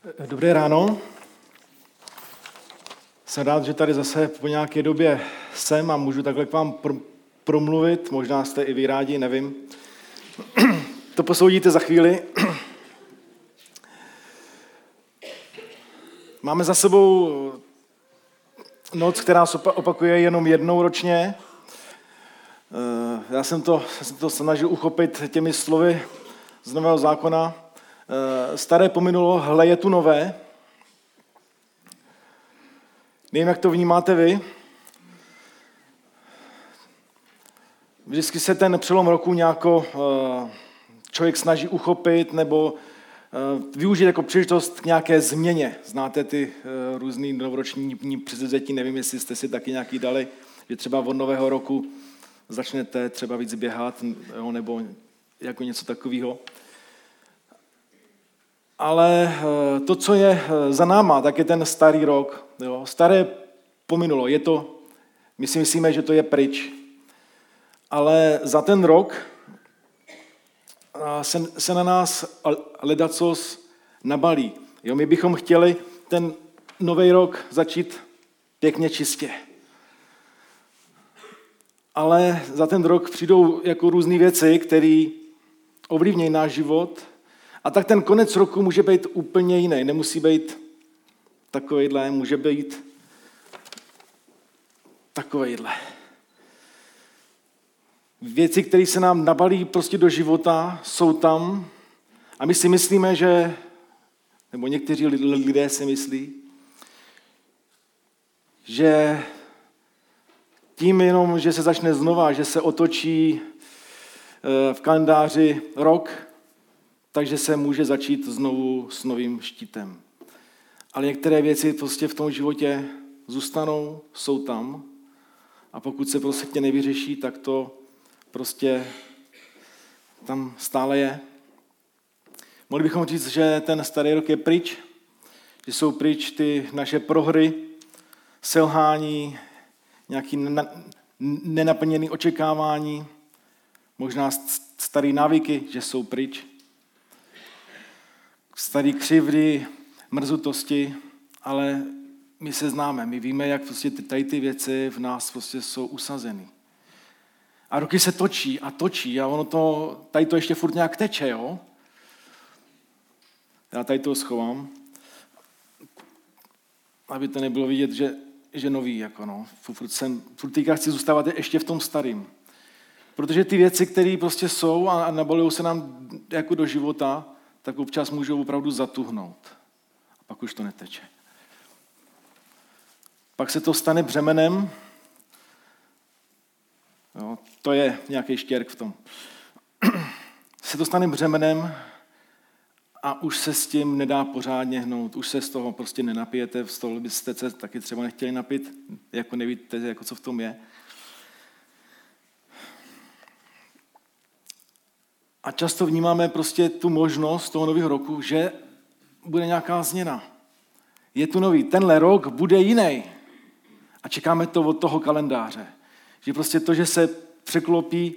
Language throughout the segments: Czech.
Dobré ráno. Jsem rád, že tady zase po nějaké době jsem a můžu takhle k vám promluvit. Možná jste i vy rádi, nevím. To posoudíte za chvíli. Máme za sebou noc, která se opakuje jenom jednou ročně. Já jsem to snažil uchopit těmi slovy z Nového zákona. Staré pominulo, hle je tu nové. Nevím, jak to vnímáte vy. Vždycky se ten přelom roku nějako člověk snaží uchopit nebo využít jako příležitost k nějaké změně. Znáte ty různý novoroční předsevzetí, nevím, jestli jste si taky nějaký dali, že třeba od nového roku začnete třeba víc běhat nebo jako něco takového. Ale to, co je za náma, tak je ten starý rok. Jo. Staré pominulo, my si myslíme, že to je pryč. Ale za ten rok se na nás ledacos nabalí. Jo, my bychom chtěli ten nový rok začít pěkně čistě. Ale za ten rok přijdou jako různé věci, které ovlivní náš život. A tak ten konec roku může být úplně jiný. Nemusí být takovejhle, může být takovejhle. Věci, které se nám nabalí prostě do života, jsou tam a my si myslíme, nebo někteří lidé si myslí, že tím jenom, že se začne znova, že se otočí v kalendáři rok, takže se může začít znovu s novým štítem. Ale některé věci prostě v tom životě zůstanou, jsou tam a pokud se prostě nevyřeší, tak to prostě tam stále je. Mohli bychom říct, že ten starý rok je pryč, že jsou pryč ty naše prohry, selhání, nějaké nenaplněné očekávání, možná staré návyky, že jsou pryč, staré křivdy, mrzutosti, ale my se známe, my víme, jak prostě tady ty věci v nás prostě jsou usazeny. A roky se točí a ono tady to ještě furt nějak teče, jo? Já tady to schovám, aby to nebylo vidět, že nový, jako no. Furt teďka chci zůstávat ještě v tom starým. Protože ty věci, které prostě jsou a nabalují se nám jako do života, tak občas můžou opravdu zatuhnout. A pak už to neteče. Pak se to stane břemenem. Jo, to je nějaký štěrk v tom. Se to stane břemenem a už se s tím nedá pořádně hnout. Už se z toho prostě nenapijete, z toho byste se taky třeba nechtěli napít, jako nevíte, jako co v tom je. A často vnímáme prostě tu možnost toho nového roku, že bude nějaká změna. Je tu nový. Tenhle rok bude jiný. A čekáme to od toho kalendáře. Že prostě to, že se překlopí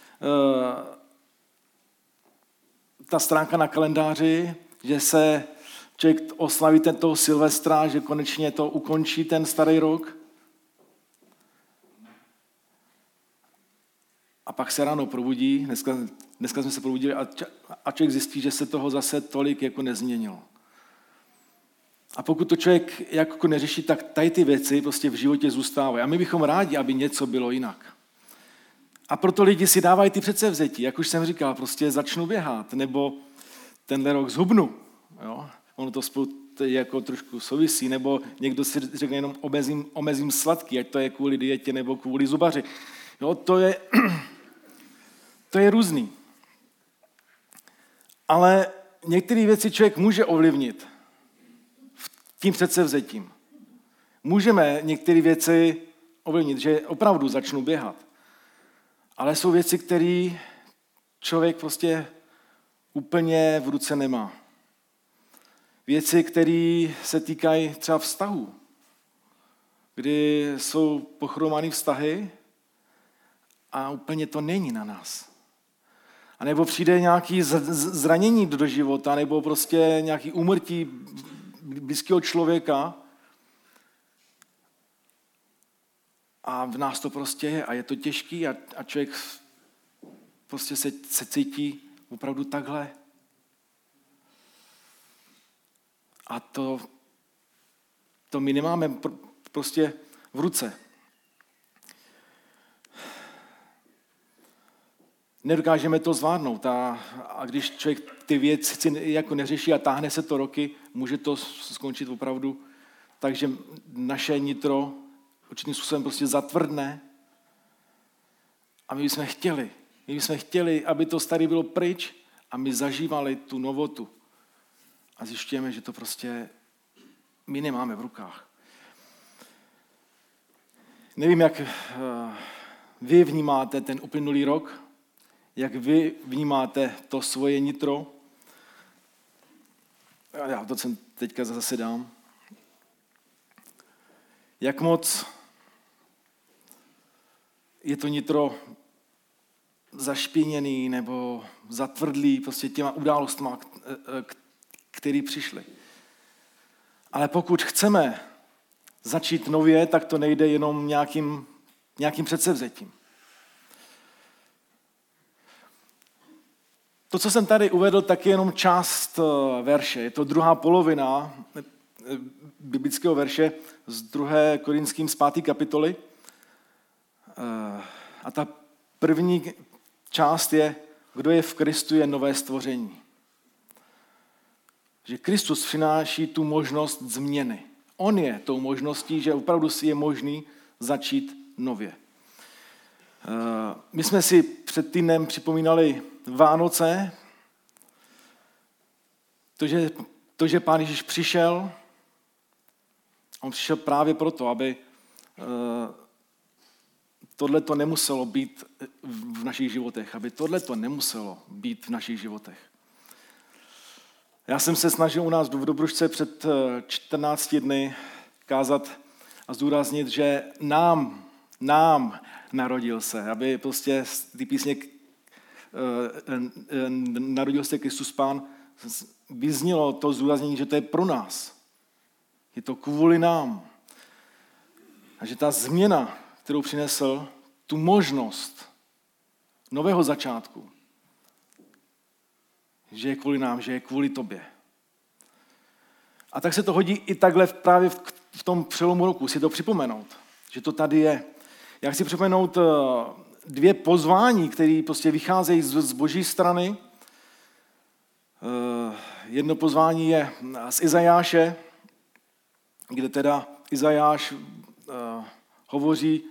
ta stránka na kalendáři, že se člověk oslaví toho Silvestra, že konečně to ukončí ten starý rok. A pak se ráno probudí, dneska jsme se probudili a člověk zjistí, že se toho zase tolik jako nezměnilo. A pokud to člověk jako neřeší, tak tady ty věci prostě v životě zůstávají. A my bychom rádi, aby něco bylo jinak. A proto lidi si dávají ty předsevzetí, jak už jsem říkal, prostě začnu běhat, nebo tenhle rok zhubnu. Jo? Ono to spolu jako trošku souvisí, nebo někdo si řekne jenom omezím sladký, ať to je kvůli dietě nebo kvůli zubaři. Jo, to je různý. Ale některé věci člověk může ovlivnit tím předsevzetím. Můžeme některé věci ovlivnit, že opravdu začnu běhat. Ale jsou věci, které člověk prostě úplně v ruce nemá. Věci, které se týkají třeba vztahů, kdy jsou pochromané vztahy a úplně to není na nás. A nebo přijde nějaké zranění do života, nebo prostě nějaké úmrtí blízkého člověka a v nás to prostě je a je to těžký a člověk prostě se cítí opravdu takhle. A to my nemáme prostě v ruce. Nedokážeme to zvládnout a když člověk ty věci jako neřeší a táhne se to roky, může to skončit opravdu tak, že naše nitro určitým způsobem prostě zatvrdne a my bychom chtěli, aby to staré bylo pryč a my zažívali tu novotu. A zjišťujeme, že to prostě my nemáme v rukách. Nevím, jak vy vnímáte ten uplynulý rok, jak vy vnímáte to svoje nitro. Já to sem teďka zase dám. Jak moc je to nitro zašpiněný nebo zatvrdlý prostě těma událostma, které přišly. Ale pokud chceme začít nově, tak to nejde jenom nějakým předsevzetím. To, co jsem tady uvedl, tak je jenom část verše. Je to druhá polovina biblického verše z 2. Korinským z 5. kapitoly. A ta první část je, kdo je v Kristu, je nové stvoření. Že Kristus přináší tu možnost změny. On je tou možností, že opravdu si je možný začít nově. My jsme si před týdnem připomínali Vánoce, to, že Pán Ježíš přišel, on přišel právě proto, aby tohleto nemuselo být v našich životech, aby tohleto nemuselo být v našich životech. Já jsem se snažil u nás v Dobrušce před 14 dny kázat a zdůraznit, že nám narodil se, aby prostě ty písně Narodil se Kristus Pán vyznělo to zdůraznění, že to je pro nás. Je to kvůli nám. A že ta změna, kterou přinesl, tu možnost nového začátku, že je kvůli nám, že je kvůli tobě. A tak se to hodí i takhle právě v tom přelomu roku, si to připomenout, že to tady je. Já chci připomenout 2 pozvání, které prostě vycházejí z Boží strany. Jedno pozvání je z Izajáše, kde teda Izajáš hovoří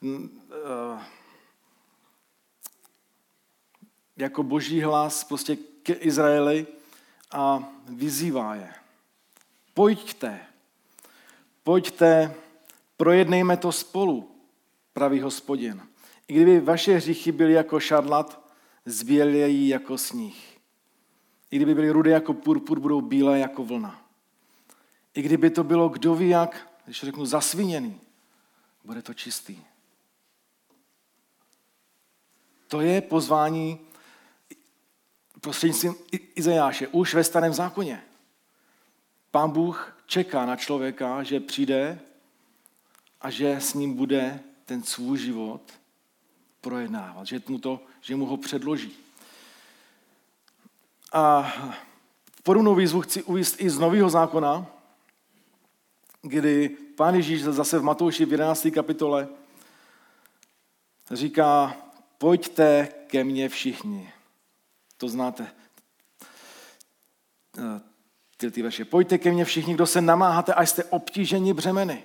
jako Boží hlas prostě k Izraeli a vyzývá je. Pojďte, projednejme to spolu, pravý Hospodin. I kdyby vaše hříchy byly jako šarlat, zbělejí jako sníh. I kdyby byly rudé jako purpur, budou bílé jako vlna. I kdyby to bylo kdo ví jak, když řeknu zasviněný, bude to čistý. To je pozvání prostřednictvím Izajáše, už ve Starém zákoně. Pán Bůh čeká na člověka, že přijde a že s ním bude ten svůj život projednávat, že mu ho předloží. A podobnou výzvu chci uvést i z Nového zákona, kdy Pán Ježíš zase v Matouši v 11. kapitole říká, pojďte ke mně všichni. To znáte. Ty verše. Pojďte ke mně všichni, kdo se namáháte a jste obtíženi břemeny.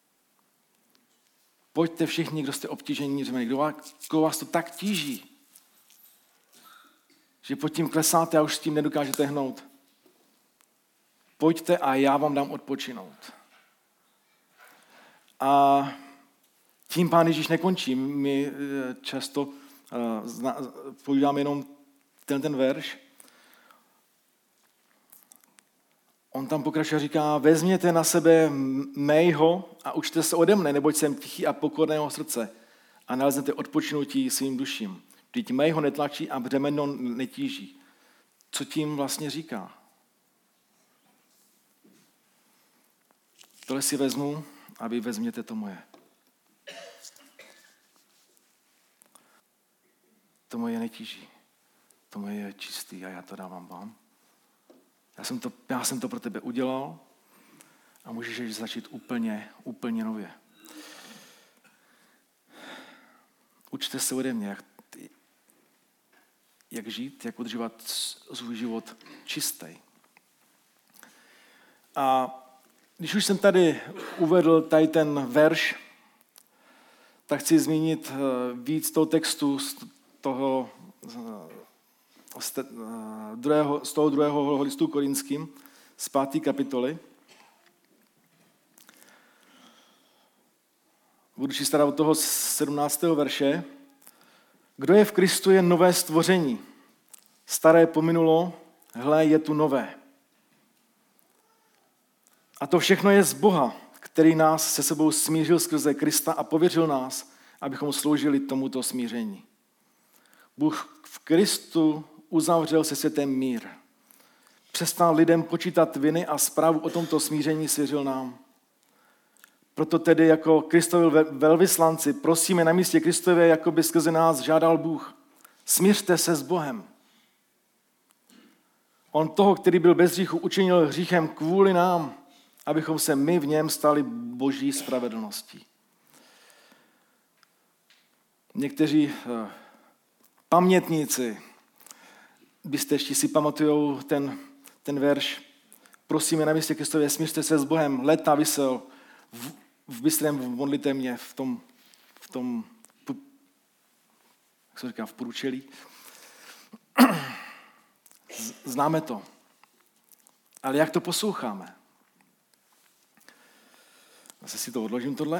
Pojďte všichni, kdo jste obtíženi břemeny. Kdo vás to tak tíží, že pod tím klesáte a už s tím nedokážete hnout. Pojďte a já vám dám odpočinout. A tím Pán Ježíš nekončí. My často používáme jenom ten verš. On tam pokračuje a říká, vezměte na sebe mého a učte se ode mne, neboť jsem tichý a pokorného srdce a naleznete odpočinutí svým duším. Vždyť mého netlačí a břemeno netíží. Co tím vlastně říká? Tohle si vezmu a vy vezměte to moje. To moje netíží. To moje je čistý a já to dávám vám. Já jsem to pro tebe udělal a můžeš začít úplně nově. Učte se ode mě, jak žít, jak udržovat svůj život čistý. A když už jsem tady uvedl tady ten verš, tak chci zmínit víc toho textu z toho druhého listu Korinským, z 5. kapitoly. Budu číst od toho 17. verše. Kdo je v Kristu, je nové stvoření. Staré pominulo, hle, je tu nové. A to všechno je z Boha, který nás se sebou smířil skrze Krista a pověřil nás, abychom sloužili tomuto smíření. Bůh v Kristu uzavřel se světem mír. Přestal lidem počítat viny a zprávu o tomto smíření svěřil nám. Proto tedy jako Kristovi velvyslanci prosíme na místě Kristově, jako by skrze nás žádal Bůh. Smířte se s Bohem. On toho, který byl bez hříchu, učinil hříchem kvůli nám, abychom se my v něm stali boží spravedlností. Někteří pamětníci, byste ještě si pamatujou ten verš. Prosíme na místě Kristově, smířte se s Bohem. Léta visel v bystrém modlitevně, v tom jak se říká, v průčelí. Známe to. Ale jak to posloucháme? Zase si to odložím tohle.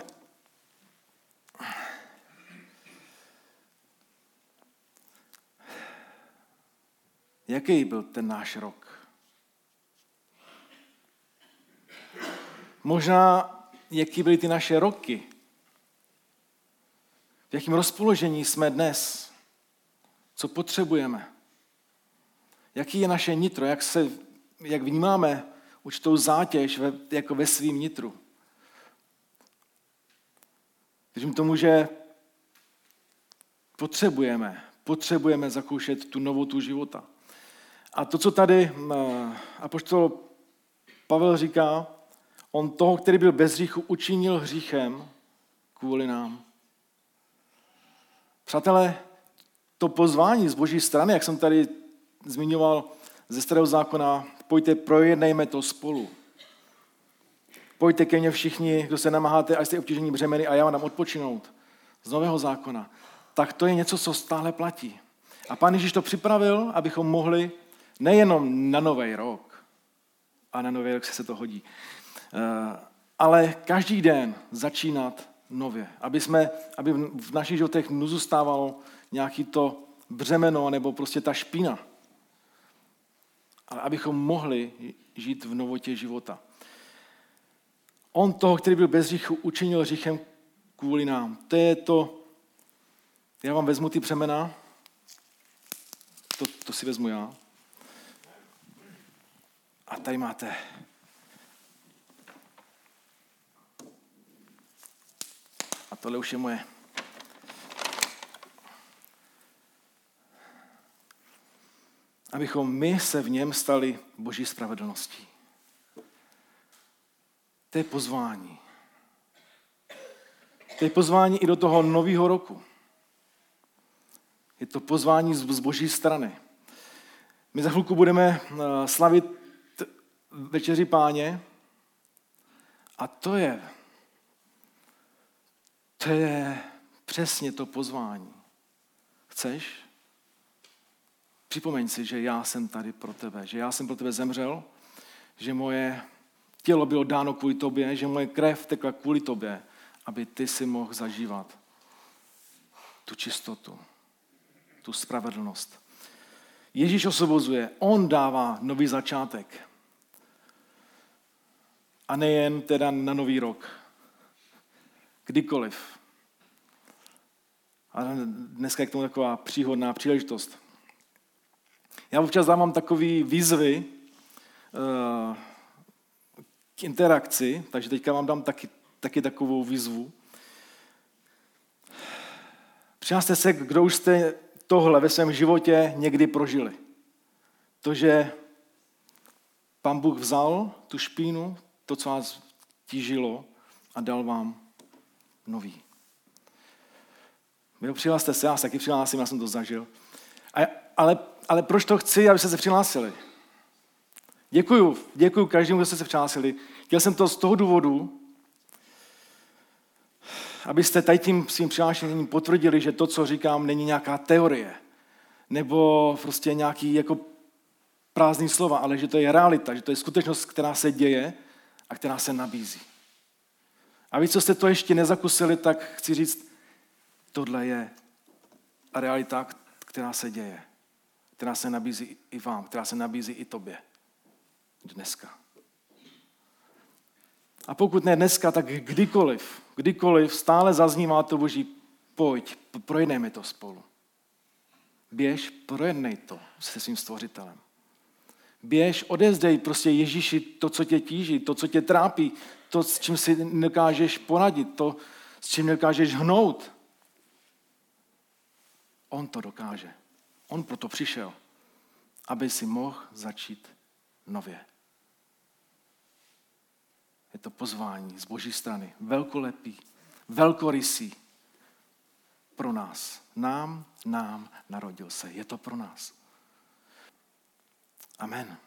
Jaký byl ten náš rok? Možná, jaký byly ty naše roky? V jakém rozpoložení jsme dnes? Co potřebujeme? Jaký je naše nitro? Jak vnímáme určitou zátěž jako ve svým nitru? Věřím tomu, že potřebujeme zakoušet tu novotu života. A to, co tady apoštol Pavel říká, on toho, který byl bez hříchu, učinil hříchem kvůli nám. Přátelé, to pozvání z Boží strany, jak jsem tady zmiňoval ze Starého zákona, pojďte, projednejme to spolu. Pojďte ke mně všichni, kdo se namáháte a jste obtížení břemeny a já vám dám odpočinout z Nového zákona. Tak to je něco, co stále platí. A Pán Ježíš to připravil, abychom mohli nejenom na Nový rok, a na Nový rok se to hodí, ale každý den začínat nově. Aby v našich životech nezůstávalo nějaký to břemeno nebo prostě ta špína. Ale abychom mohli žít v novotě života. On toho, který byl bez hříchu, učinil hříchem kvůli nám. To je to, já vám vezmu ty břemena, to si vezmu já. A tady máte. A tohle už je moje. Abychom my se v něm stali boží spravedlností. To je pozvání. To je pozvání i do toho nového roku. Je to pozvání z boží strany. My za chvilku budeme slavit večeři Páně a to je přesně to pozvání. Chceš? Připomeň si, že já jsem tady pro tebe, že já jsem pro tebe zemřel, že moje tělo bylo dáno kvůli tobě, že moje krev tekla kvůli tobě, aby ty si mohl zažívat tu čistotu, tu spravedlnost. Ježíš osvobozuje, on dává nový začátek. A nejen teda na nový rok. Kdykoliv. A dneska je k tomu taková příhodná příležitost. Já občas dávám takové výzvy k interakci, takže teďka vám dám taky takovou výzvu. Přihlaste se, kdo už jste tohle ve svém životě někdy prožili. To, že Pán Bůh vzal tu špínu, to, co vás tížilo, a dal vám nový. Přihlaste se, já se taky přihlásím, já jsem to zažil. Ale proč to chci, abyste se přihlásili? Děkuju každému, kdo jste se přihlásili. Chtěl jsem to z toho důvodu, abyste tady tím svým přihlášením potvrdili, že to, co říkám, není nějaká teorie, nebo prostě nějaký jako prázdný slova, ale že to je realita, že to je skutečnost, která se děje a která se nabízí. A vy, co jste to ještě nezakusili, tak chci říct, tohle je realita, která se děje, která se nabízí i vám, která se nabízí i tobě dneska. A pokud ne dneska, tak kdykoliv stále zaznívá to Boží, pojď, projednejme to spolu. Běž, projednej to se svým stvořitelem. Běž, odezdej prostě Ježíši to, co tě tíží, to, co tě trápí, to, s čím si nedokážeš poradit, to, s čím nedokážeš hnout. On to dokáže. On proto přišel, aby si mohl začít nově. Je to pozvání z Boží strany. Velkolepý, velkorysý pro nás. Nám narodil se. Je to pro nás. Amen.